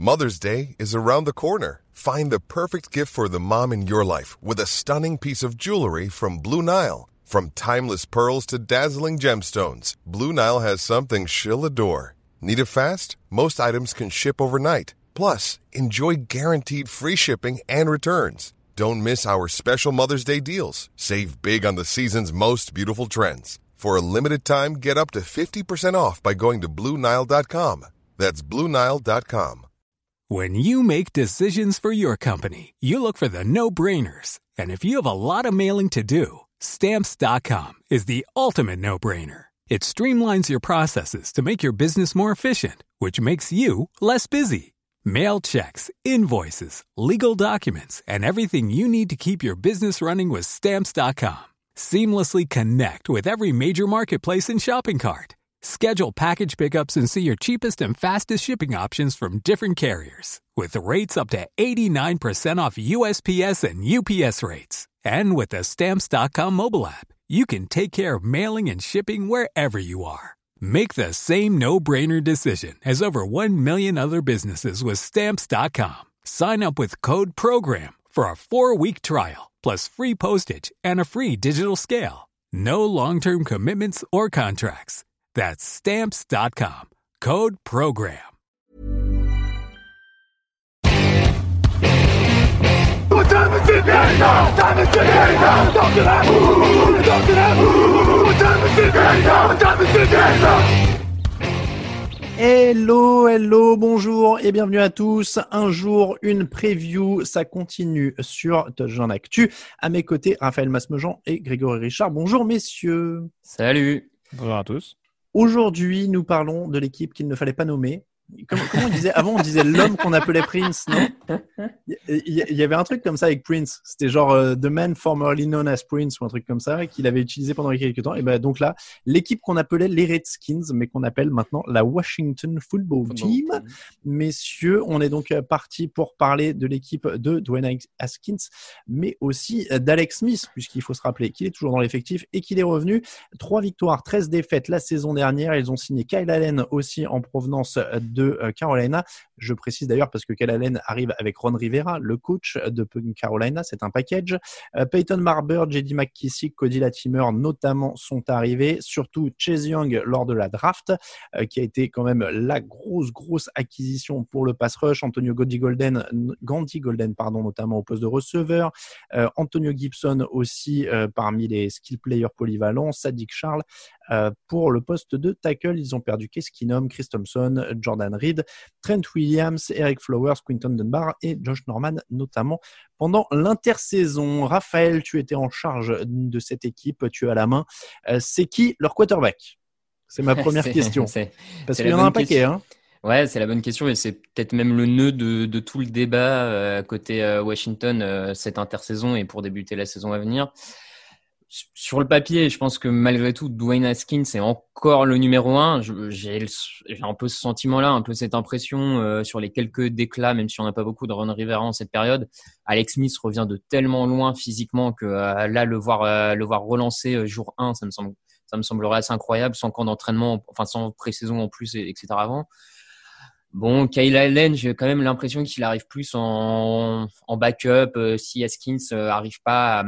Mother's Day is around the corner. Find the perfect gift for the mom in your life with a stunning piece of jewelry from Blue Nile. From timeless pearls to dazzling gemstones, Blue Nile has something she'll adore. Need it fast? Most items can ship overnight. Plus, enjoy guaranteed free shipping and returns. Don't miss our special Mother's Day deals. Save big on the season's most beautiful trends. For a limited time, get up to 50% off by going to BlueNile.com. That's BlueNile.com. When you make decisions for your company, you look for the no-brainers. And if you have a lot of mailing to do, Stamps.com is the ultimate no-brainer. It streamlines your processes to make your business more efficient, which makes you less busy. Mail checks, invoices, legal documents, and everything you need to keep your business running with Stamps.com. Seamlessly connect with every major marketplace and shopping cart. Schedule package pickups and see your cheapest and fastest shipping options from different carriers. With rates up to 89% off USPS and UPS rates. And with the Stamps.com mobile app, you can take care of mailing and shipping wherever you are. Make the same no-brainer decision as over 1 million other businesses with Stamps.com. Sign up with code PROGRAM for a 4-week trial, plus free postage and a free digital scale. No long-term commitments or contracts. That's Stamps.com. Code PROGRAM. Hello, bonjour et bienvenue à tous. Un jour, une preview, ça continue sur Touchdown Actu. À mes côtés, Raphaël Masmejean et Grégory Richard. Bonjour messieurs. Salut. Bonjour à tous. Aujourd'hui, nous parlons de l'équipe qu'il ne fallait pas nommer. Comment on disait avant? On disait l'homme qu'on appelait Prince, non? Il y avait un truc comme ça avec Prince. C'était genre The Man Formerly Known as Prince ou un truc comme ça qu'il avait utilisé pendant quelques temps. Et ben donc là, l'équipe qu'on appelait les Redskins, mais qu'on appelle maintenant la Washington Football Team. Messieurs, on est donc parti pour parler de l'équipe de Dwayne Haskins, mais aussi d'Alex Smith, puisqu'il faut se rappeler qu'il est toujours dans l'effectif et qu'il est revenu. 3 victoires, 13 défaites la saison dernière. Ils ont signé Kyle Allen aussi en provenance de Carolina. Je précise d'ailleurs parce que Kyle Allen arrive avec Ron Rivera, le coach de Carolina, c'est un package. Peyton Barber, J.D. McKissick, Cody Latimer notamment sont arrivés, surtout Chase Young lors de la draft, qui a été quand même la grosse acquisition pour le pass rush. Antonio Gandy Golden, notamment au poste de receveur. Antonio Gibson aussi parmi les skill players polyvalents. Sadiq Charles pour le poste de tackle. Ils ont perdu Case Keenum, Chris Thompson, Jordan Reed, Trent Williams, Eric Flowers, Quinton Dunbar et Josh Norman notamment pendant l'intersaison. Raphaël, tu étais en charge de cette équipe, tu as la main. C'est qui leur quarterback? C'est ma première question. Parce qu'il y en a un paquet. Hein. Ouais, c'est la bonne question et c'est peut-être même le nœud de tout le débat côté Washington cette intersaison et pour débuter la saison à venir. Sur le papier, je pense que malgré tout, Dwayne Haskins est encore le numéro 1. J'ai un peu ce sentiment-là, un peu cette impression sur les quelques déclats, même si on n'a pas beaucoup de Ron Rivera en cette période. Alex Smith revient de tellement loin physiquement que là, le voir relancer jour 1, ça me semblerait assez incroyable, sans camp d'entraînement, enfin sans pré-saison en plus, etc. avant. Bon, Kyle Allen, j'ai quand même l'impression qu'il arrive plus en backup si Haskins arrive pas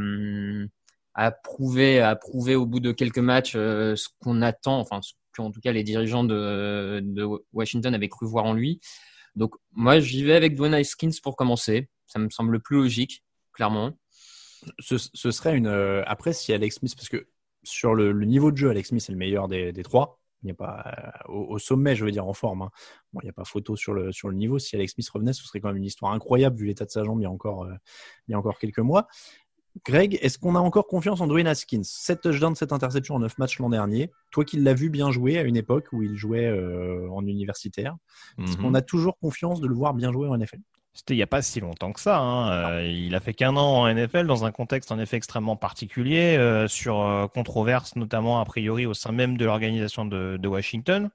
à prouver au bout de quelques matchs ce qu'on attend, enfin ce qu'en tout cas les dirigeants de Washington avaient cru voir en lui. Donc moi j'y vais avec Dwayne Haskins pour commencer, ça me semble le plus logique, clairement. Ce serait après si Alex Smith, parce que sur le niveau de jeu, Alex Smith est le meilleur des trois. Il n'y a pas au sommet, je veux dire en forme. Hein. Bon, il n'y a pas photo sur le niveau. Si Alex Smith revenait, ce serait quand même une histoire incroyable vu l'état de sa jambe il y a encore quelques mois. Greg, est-ce qu'on a encore confiance en Dwayne Haskins? 7 touchdowns, 7 interceptions en 9 matchs l'an dernier. Toi qui l'as vu bien jouer à une époque où il jouait en universitaire, est-ce qu'on a toujours confiance de le voir bien jouer en NFL? C'était il n'y a pas si longtemps que ça. Hein. Il a fait qu'1 an en NFL dans un contexte en effet extrêmement particulier, sur controverse notamment a priori au sein même de l'organisation de Washington,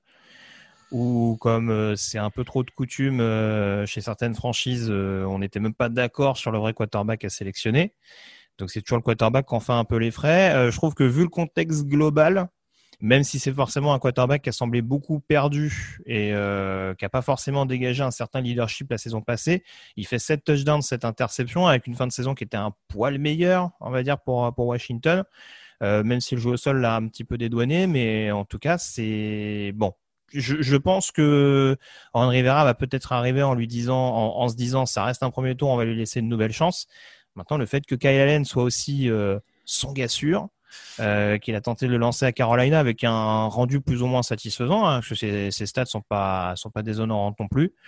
où comme c'est un peu trop de coutume chez certaines franchises, on n'était même pas d'accord sur le vrai quarterback à sélectionner. Donc c'est toujours le quarterback qui en fait un peu les frais. Je trouve que vu le contexte global, même si c'est forcément un quarterback qui a semblé beaucoup perdu et qui a pas forcément dégagé un certain leadership la saison passée, il fait 7 touchdowns, 7 interceptions avec une fin de saison qui était un poil meilleure, on va dire, pour Washington, même si le jeu au sol l'a un petit peu dédouané, mais en tout cas, c'est bon. Je pense que Ron Rivera va peut-être arriver en lui disant, en se disant, ça reste un premier tour, on va lui laisser une nouvelle chance. Maintenant, le fait que Kyle Allen soit aussi son gars sûr, qu'il a tenté de le lancer à Carolina avec un rendu plus ou moins satisfaisant, hein, parce que ses stats sont pas déshonorantes non plus.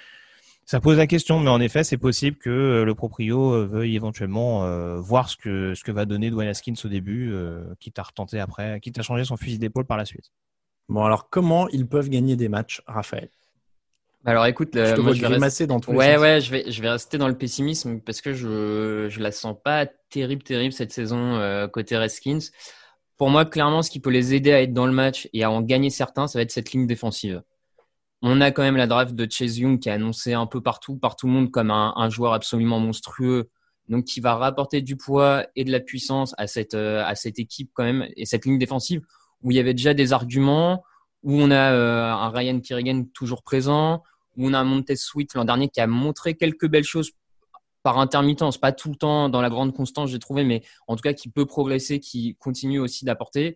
Ça pose la question, mais en effet, c'est possible que le proprio veuille éventuellement voir ce que va donner Dwayne Haskins au début, quitte à retenter après, quitte à changer son fusil d'épaule par la suite. Bon, alors comment ils peuvent gagner des matchs, Raphaël? Alors écoute, Je te moi vois je vais grimacer dans tous les ouais sens. ouais, je vais rester dans le pessimisme parce que je la sens pas terrible cette saison côté Redskins. Pour moi, clairement, ce qui peut les aider à être dans le match et à en gagner certains, ça va être cette ligne défensive. On a quand même la draft de Chase Young qui est annoncé un peu partout par tout le monde comme un joueur absolument monstrueux, donc qui va rapporter du poids et de la puissance à cette équipe quand même, et cette ligne défensive où il y avait déjà des arguments, où on a un Ryan Kerrigan toujours présent, où on a un Montez Sweat l'an dernier qui a montré quelques belles choses par intermittence, pas tout le temps dans la grande constance, j'ai trouvé, mais en tout cas qui peut progresser, qui continue aussi d'apporter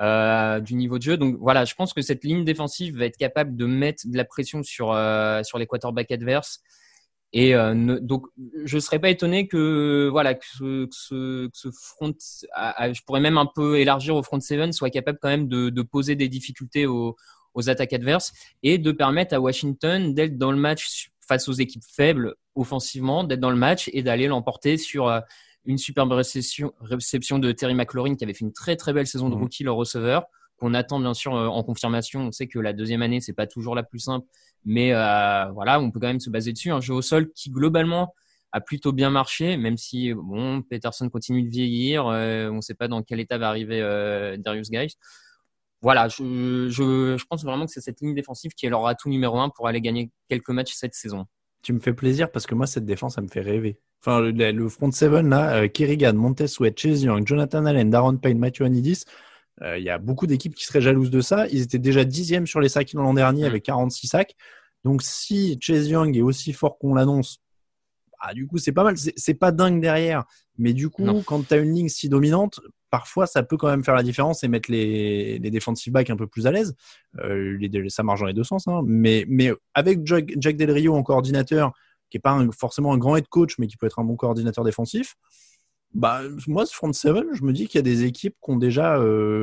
du niveau de jeu. Donc voilà, je pense que cette ligne défensive va être capable de mettre de la pression sur les quarterbacks adverses. Et donc je serais pas étonné que voilà que ce front, je pourrais même un peu élargir au front seven, soit capable quand même de poser des difficultés aux attaques adverses et de permettre à Washington d'être dans le match face aux équipes faibles offensivement, d'être dans le match et d'aller l'emporter sur une superbe réception de Terry McLaurin qui avait fait une très très belle saison de rookie, le receveur, qu'on attend bien sûr en confirmation. On sait que la deuxième année, c'est pas toujours la plus simple, mais voilà, on peut quand même se baser dessus. Un jeu au sol qui globalement a plutôt bien marché, même si bon, Peterson continue de vieillir, on ne sait pas dans quel état va arriver Darius Guice. Voilà, je pense vraiment que c'est cette ligne défensive qui est leur atout numéro 1 pour aller gagner quelques matchs cette saison. Tu me fais plaisir parce que moi, cette défense, ça me fait rêver. Enfin, le front seven, là, Kerrigan, Montez Sweat, Chase Young, Jonathan Allen, Daron Payne, Matthew Anidis, il y a beaucoup d'équipes qui seraient jalouses de ça. Ils étaient déjà 10e sur les sacs l'an dernier avec 46 sacs. Donc, si Chase Young est aussi fort qu'on l'annonce, du coup, c'est pas mal. C'est pas dingue derrière. Mais du coup, quand tu as une ligne si dominante, parfois, ça peut quand même faire la différence et mettre les defensive backs un peu plus à l'aise. Ça marche dans les deux sens. Hein. Mais avec Jack Del Rio en coordinateur, qui n'est pas forcément un grand head coach, mais qui peut être un bon coordinateur défensif, moi, ce front seven, je me dis qu'il y a des équipes qui ont déjà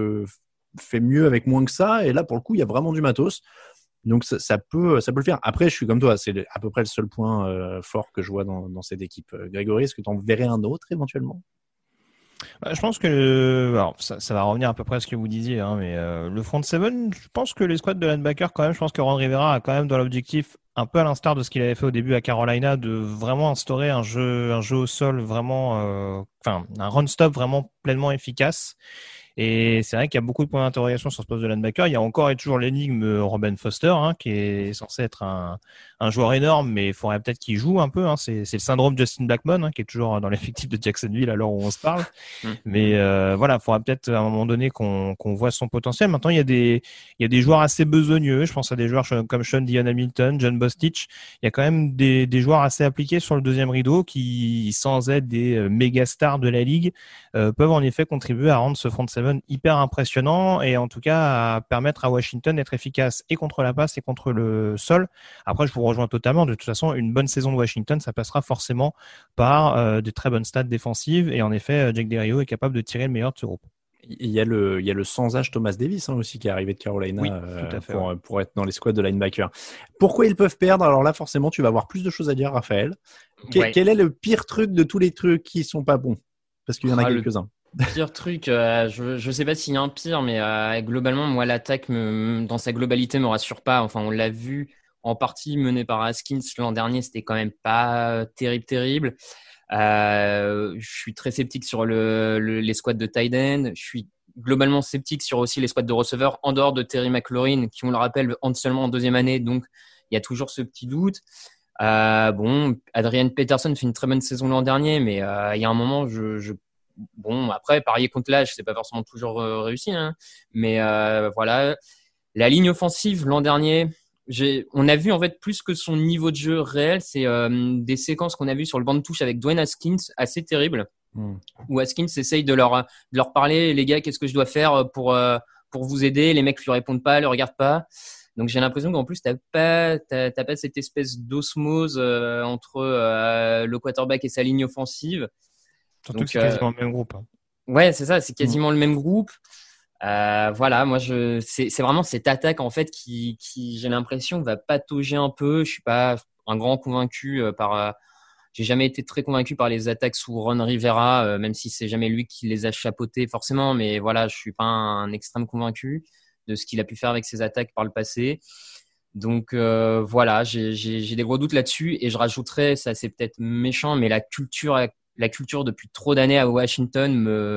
fait mieux avec moins que ça. Et là, pour le coup, il y a vraiment du matos. Donc, ça peut le faire. Après, je suis comme toi. C'est à peu près le seul point fort que je vois dans cette équipe. Grégory, est-ce que tu en verrais un autre éventuellement ? Je pense que alors, ça va revenir à peu près à ce que vous disiez, hein, mais le front seven, je pense que les squads de linebacker, quand même, je pense que Ron Rivera a quand même dans l'objectif, un peu à l'instar de ce qu'il avait fait au début à Carolina, de vraiment instaurer un jeu au sol vraiment, un run stop vraiment pleinement efficace. Et c'est vrai qu'il y a beaucoup de points d'interrogation sur ce poste de linebacker. Il y a encore et toujours l'énigme Robin Foster, hein, qui est censé être un joueur énorme, mais il faudrait peut-être qu'il joue un peu. Hein. C'est le syndrome Justin Blackmon, hein, qui est toujours dans l'effectif de Jacksonville à l'heure où on se parle. Mais voilà, il faudra peut-être à un moment donné qu'on voit son potentiel. Maintenant, il y a des joueurs assez besogneux. Je pense à des joueurs comme Sean Dion Hamilton, John Bostich. Il y a quand même des joueurs assez appliqués sur le deuxième rideau qui, sans être des méga stars de la ligue, peuvent en effet contribuer à rendre ce front seven hyper impressionnant et en tout cas à permettre à Washington d'être efficace et contre la passe et contre le sol. Après, je vous rejoins totalement. De toute façon, une bonne saison de Washington, ça passera forcément par des très bonnes stats défensives et en effet, Jack Del Rio est capable de tirer le meilleur de ce groupe. Il y a le sans-âge Thomas Davis aussi qui est arrivé de Carolina tout à fait, pour être dans les squads de linebacker. Pourquoi ils peuvent perdre ? Alors là, forcément, tu vas avoir plus de choses à dire, Raphaël. Quel est le pire truc de tous les trucs qui sont pas bons ? Parce qu'il y en a quelques-uns. Pire truc, je sais pas s'il y a un pire, mais globalement, moi, l'attaque dans sa globalité me rassure pas. Enfin, on l'a vu en partie menée par Haskins l'an dernier, c'était quand même pas terrible. Je suis très sceptique sur les squads de tight end. Je suis globalement sceptique sur aussi les squads de receveurs en dehors de Terry McLaurin, qui, on le rappelle, entre seulement en deuxième année. Donc, il y a toujours ce petit doute. Adrian Peterson fait une très bonne saison l'an dernier, mais il y a un moment, bon, après, parier contre l'âge, c'est pas forcément toujours réussi, hein. Mais voilà. La ligne offensive, l'an dernier, on a vu en fait plus que son niveau de jeu réel, c'est des séquences qu'on a vues sur le banc de touche avec Dwayne Haskins, assez terribles, où Haskins essaye de leur parler, les gars, qu'est-ce que je dois faire pour vous aider? Les mecs lui répondent pas, le regardent pas. Donc j'ai l'impression qu'en plus t'as pas cette espèce d'osmose entre le quarterback et sa ligne offensive. Surtout Donc, que c'est quasiment le même groupe. Hein. Ouais, c'est ça, c'est quasiment le même groupe. Voilà, moi c'est vraiment cette attaque en fait qui j'ai l'impression va patauger un peu. Je suis pas un grand convaincu j'ai jamais été très convaincu par les attaques sous Ron Rivera, même si c'est jamais lui qui les a chapeautées forcément, mais voilà, je suis pas un extrême convaincu de ce qu'il a pu faire avec ses attaques par le passé. Donc voilà, j'ai des gros doutes là-dessus et je rajouterais, ça c'est peut-être méchant, mais la culture depuis trop d'années à Washington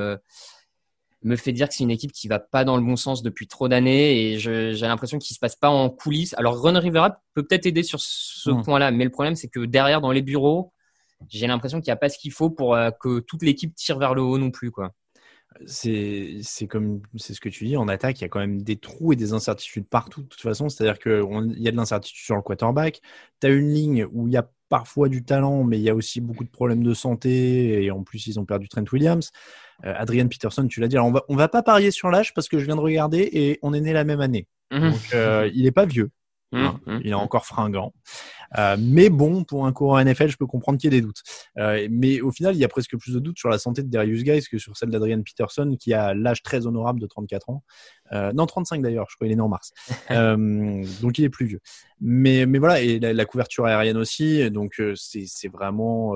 me fait dire que c'est une équipe qui va pas dans le bon sens depuis trop d'années et j'ai l'impression qu'il se passe pas en coulisses. Alors Ron Rivera peut peut-être aider sur ce point-là, mais le problème c'est que derrière dans les bureaux, j'ai l'impression qu'il n'y a pas ce qu'il faut pour que toute l'équipe tire vers le haut non plus, quoi. C'est ce que tu dis, en attaque, il y a quand même des trous et des incertitudes partout de toute façon, c'est-à-dire qu'il y a de l'incertitude sur le quarterback, tu as une ligne où il y a parfois du talent, mais il y a aussi beaucoup de problèmes de santé et en plus ils ont perdu Trent Williams. Adrian Peterson, tu l'as dit, alors on va pas parier sur l'âge parce que je viens de regarder et on est né la même année, donc il est pas vieux. Il est encore fringant. Mais bon, pour un coureur NFL, je peux comprendre qu'il y ait des doutes. Mais au final, il y a presque plus de doutes sur la santé de Darius Guice que sur celle d'Adrian Peterson, qui a l'âge très honorable de 34 ans. Non, 35 d'ailleurs, je crois qu'il est né en mars. Donc il est plus vieux. Mais voilà, et la couverture aérienne aussi. Donc c'est vraiment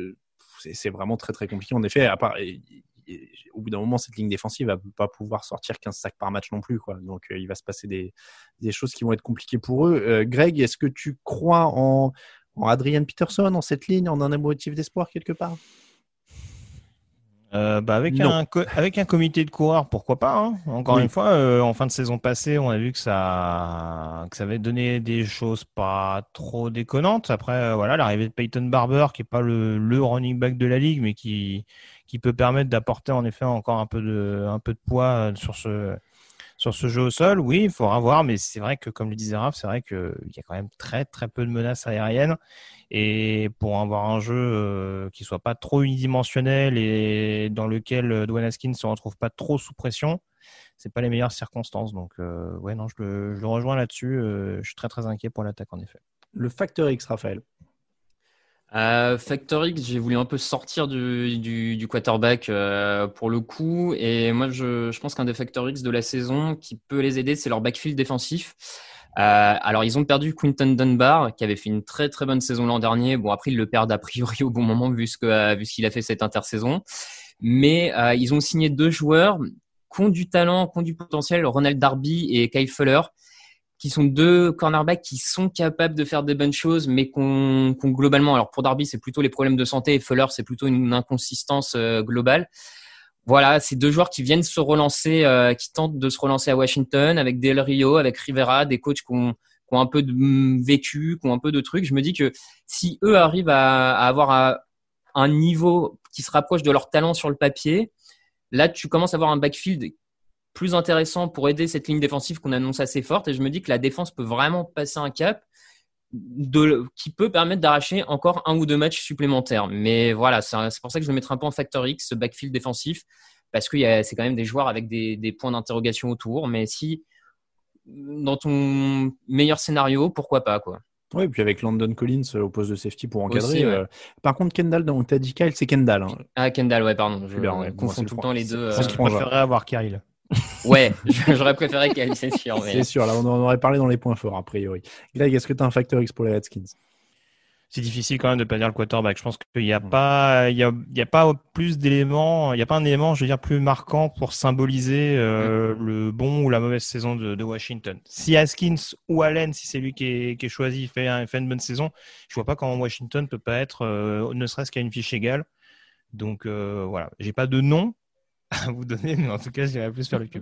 très très compliqué. En effet, à part... au bout d'un moment, cette ligne défensive va pas pouvoir sortir 15 sacs par match non plus, quoi. Donc, il va se passer des choses qui vont être compliquées pour eux. Greg, est-ce que tu crois en Adrian Peterson, en cette ligne, en un motif d'espoir quelque part? Avec un comité de coureurs, pourquoi pas, hein. Encore une fois, en fin de saison passée, on a vu que ça avait donné des choses pas trop déconnantes. Après, voilà, l'arrivée de Peyton Barber, qui est pas le running back de la ligue, mais qui peut permettre d'apporter en effet encore un peu de poids sur ce jeu au sol. Oui, il faudra voir, mais c'est vrai que, comme le disait Raph, c'est vrai qu'il y a quand même très très peu de menaces aériennes. Et pour avoir un jeu qui soit pas trop unidimensionnel et dans lequel Dwayne Haskins ne se retrouve pas trop sous pression, c'est pas les meilleures circonstances. Donc ouais, non, je le rejoins là-dessus. Je suis très très inquiet pour l'attaque en effet. Le facteur X, Raphaël. Factor X, j'ai voulu un peu sortir du quarterback pour le coup, et moi je pense qu'un des facteurs X de la saison qui peut les aider, c'est leur backfield défensif. Alors ils ont perdu Quinton Dunbar qui avait fait une très très bonne saison l'an dernier. Bon, après ils le perdent a priori au bon moment vu ce qu'il a fait cette intersaison, mais ils ont signé 2 joueurs qui ont du talent, qui ont du potentiel, Ronald Darby et Kyle Fuller, qui sont 2 cornerbacks qui sont capables de faire des bonnes choses, mais qu'on globalement, alors pour Darby, c'est plutôt les problèmes de santé, et Fuller, c'est plutôt une inconsistance globale. Voilà, c'est 2 joueurs qui viennent se relancer, qui tentent de se relancer à Washington, avec Del Rio, avec Rivera, des coachs qui ont un peu de vécu, qui ont un peu de trucs. Je me dis que si eux arrivent à avoir un niveau qui se rapproche de leur talent sur le papier, là, tu commences à avoir un backfield plus intéressant pour aider cette ligne défensive qu'on annonce assez forte, et je me dis que la défense peut vraiment passer un cap qui peut permettre d'arracher encore 1 ou 2 matchs supplémentaires. Mais voilà, c'est pour ça que je le mettrai un peu en factor X, ce backfield défensif, parce que c'est quand même des joueurs avec des points d'interrogation autour. Mais si dans ton meilleur scénario, pourquoi pas, quoi. Oui, et puis avec Landon Collins au poste de safety pour encadrer. Aussi, ouais. Par contre, Kendall, donc tu as dit Kyle, c'est Kendall. Hein. Ah, Kendall, ouais, pardon. Je bien, ouais. confonds tout le temps les deux. Je préférerais avoir Kyle. Ouais, j'aurais préféré Kyle, c'est sûr. Mais... C'est sûr, là on en aurait parlé dans les points forts a priori. Greg, est-ce que tu as un facteur X pour les Redskins? C'est difficile quand même de pas dire le quarterback. Je pense qu'il n'y a pas, il y a pas plus d'éléments, il n'y a pas un élément, je veux dire, plus marquant pour symboliser le bon ou la mauvaise saison de Washington. Si Haskins ou Allen, si c'est lui qui est choisi, fait une bonne saison, je vois pas comment Washington peut pas être, ne serait-ce qu'à une fiche égale. Donc voilà, j'ai pas de nom à vous donner, mais en tout cas, j'irai plus faire le QB. Ouais.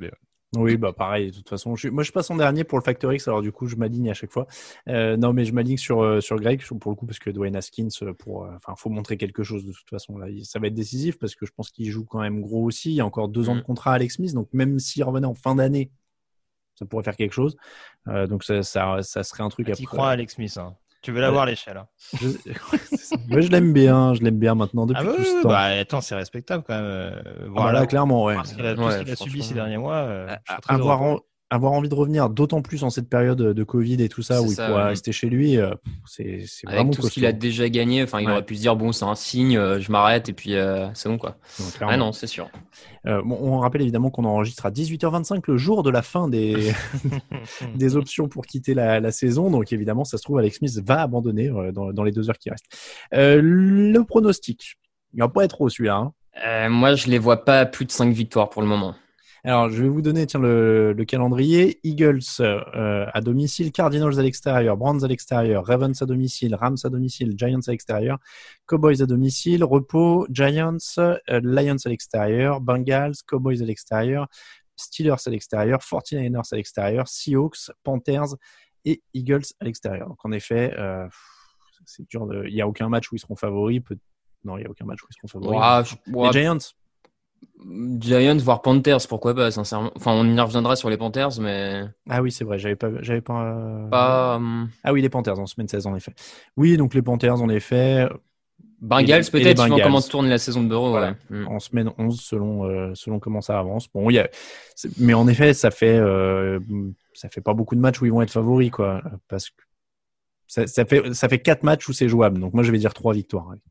Oui, bah pareil, de toute façon. Moi, je passe en dernier pour le Factor X, alors du coup, je m'aligne à chaque fois. Non, mais je m'aligne sur Greg, pour le coup, parce que Dwayne Haskins, faut montrer quelque chose de toute façon. Là, ça va être décisif, parce que je pense qu'il joue quand même gros aussi. Il y a encore 2 ans de contrat à Alex Smith, donc même s'il revenait en fin d'année, ça pourrait faire quelque chose. Donc ça serait un truc. Tu crois à Alex Smith, hein. Tu veux l'avoir l'échelle. Hein. Moi, je l'aime bien maintenant depuis tout ce temps. Bah, attends, c'est respectable quand même. Voilà, là, clairement, ouais. Tout ce qu'il a subi ces derniers mois. Avoir envie de revenir, d'autant plus en cette période de Covid et tout ça, où il pourra rester chez lui, c'est vraiment avec tout ce qu'il a déjà gagné. Enfin, il aurait pu se dire bon, c'est un signe, je m'arrête et puis c'est bon quoi. Donc, non, c'est sûr. On rappelle évidemment qu'on enregistre à 18h25 le jour de la fin des des options pour quitter la saison. Donc évidemment, ça se trouve, Alex Smith va abandonner dans les 2 heures qui restent. Le pronostic, il va pas être trop celui-là. Hein. Moi, je les vois pas à plus de 5 victoires pour le moment. Alors, je vais vous donner le calendrier. Eagles à domicile, Cardinals à l'extérieur, Browns à l'extérieur, Ravens à domicile, Rams à domicile, Giants à l'extérieur, Cowboys à domicile, repos, Giants, Lions à l'extérieur, Bengals, Cowboys à l'extérieur, Steelers à l'extérieur, 49ers à l'extérieur, Seahawks, Panthers et Eagles à l'extérieur. Donc, en effet, c'est dur. Il n'y a aucun match où ils seront favoris. Non, il n'y a aucun match où ils seront favoris. Les Giants, voire Panthers, pourquoi pas, sincèrement. Enfin, on y reviendra sur les Panthers, mais. Ah oui, c'est vrai, j'avais pas. Ah oui, les Panthers en semaine 16, en effet. Oui, donc les Panthers, en effet. Bengals, peut-être, suivant comment tourne la saison de Bureau. Voilà. Ouais. En semaine 11, selon comment ça avance. Bon, mais en effet, ça fait pas beaucoup de matchs où ils vont être favoris, quoi. Parce que ça fait 4 matchs où c'est jouable. Donc moi, je vais dire 3 victoires. Ouais.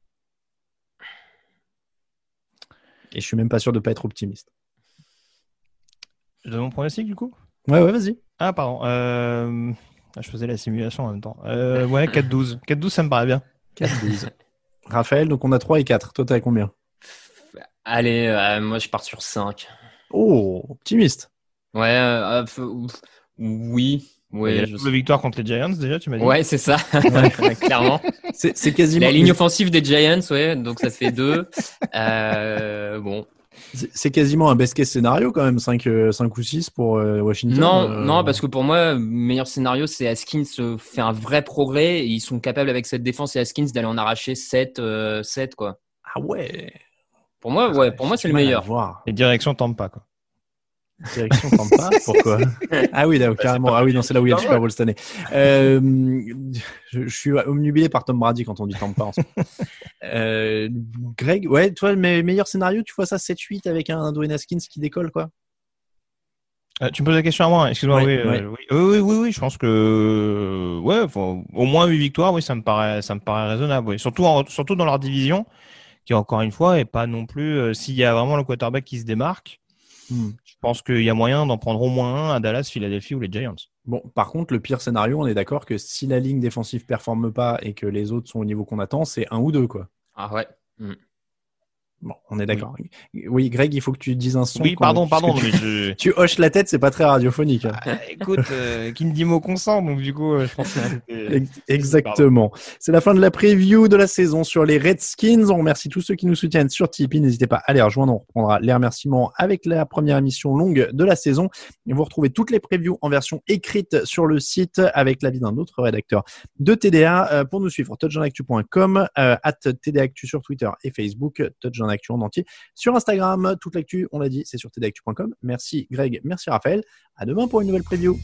Et je suis même pas sûr de pas être optimiste. Je donne mon pronostic du coup ? Ouais, vas-y. Ah, pardon. Je faisais la simulation en même temps. Ouais, 4-12. 4-12, ça me paraît bien. 4-12. Raphaël, donc on a 3 et 4. Toi, t'as combien ? Allez, moi je pars sur 5. Oh, optimiste. Ouais, oui. Ouais, il y a la double victoire contre les Giants déjà, tu m'as dit. Ouais, c'est ça, ouais. Clairement. C'est quasiment la ligne offensive des Giants, ouais, donc ça fait 2. Bon. C'est quasiment un best case scénario quand même, 5 ou 6 pour Washington. Non, parce que pour moi, le meilleur scénario, c'est Haskins fait un vrai progrès et ils sont capables avec cette défense et Haskins d'aller en arracher 7 quoi. Ah ouais. Pour moi, c'est le meilleur. Les directions tentent pas quoi. Direction Tampa, pourquoi? Ah oui, là, carrément. Ah oui, non, c'est là où il y a le Super Bowl cette année. Je suis omnubilé par Tom Brady quand on dit Tampa en ce moment. Greg, ouais, toi, le meilleur scénario, tu vois ça 7-8 avec un Dwayne Haskins qui décolle, quoi? Tu me poses la question à moi, excuse-moi. Ouais. Oui, je pense que au moins 8 victoires, oui, ça me paraît raisonnable. Oui. Surtout dans leur division, qui encore une fois est pas non plus. S'il y a vraiment le quarterback qui se démarque. Je pense qu'il y a moyen d'en prendre au moins un à Dallas, Philadelphie ou les Giants. Bon, par contre, le pire scénario, on est d'accord que si la ligne défensive performe pas et que les autres sont au niveau qu'on attend, c'est 1 ou 2, quoi. Ah ouais. Bon, on est d'accord. Oui, Greg, il faut que tu dises un son. Oui, pardon. Tu hoches la tête, c'est pas très radiophonique. Écoute, qui me dit mot consent, donc du coup, je pense que exactement. C'est la fin de la preview de la saison sur les Redskins. On remercie tous ceux qui nous soutiennent sur Tipeee. N'hésitez pas à les rejoindre. On reprendra les remerciements avec la première émission longue de la saison. Et vous retrouvez toutes les previews en version écrite sur le site avec l'avis d'un autre rédacteur de TDA. Pour nous suivre, touchdownactu.com, @TDActu sur Twitter et Facebook, touchdownactu en entier. Sur Instagram, toute l'actu, on l'a dit, c'est sur tdactu.com. Merci Greg, merci Raphaël. À demain pour une nouvelle preview.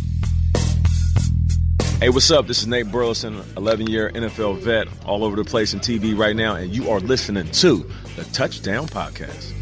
Hey, what's up? This is Nate Burleson, 11-year NFL vet, all over the place in TV right now, and you are listening to the Touchdown Podcast.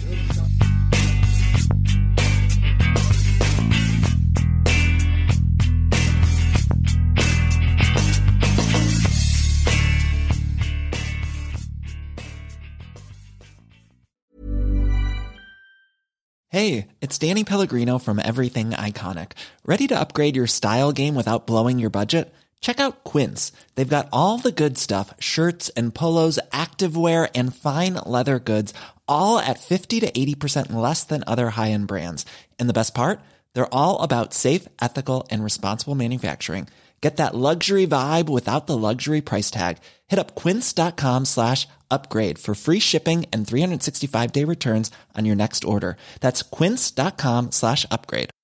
Hey, it's Danny Pellegrino from Everything Iconic. Ready to upgrade your style game without blowing your budget? Check out Quince. They've got all the good stuff, shirts and polos, activewear, and fine leather goods, all at 50 to 80% less than other high-end brands. And the best part? They're all about safe, ethical, and responsible manufacturing. Get that luxury vibe without the luxury price tag. Hit up quince.com/upgrade for free shipping and 365-day returns on your next order. That's quince.com/upgrade.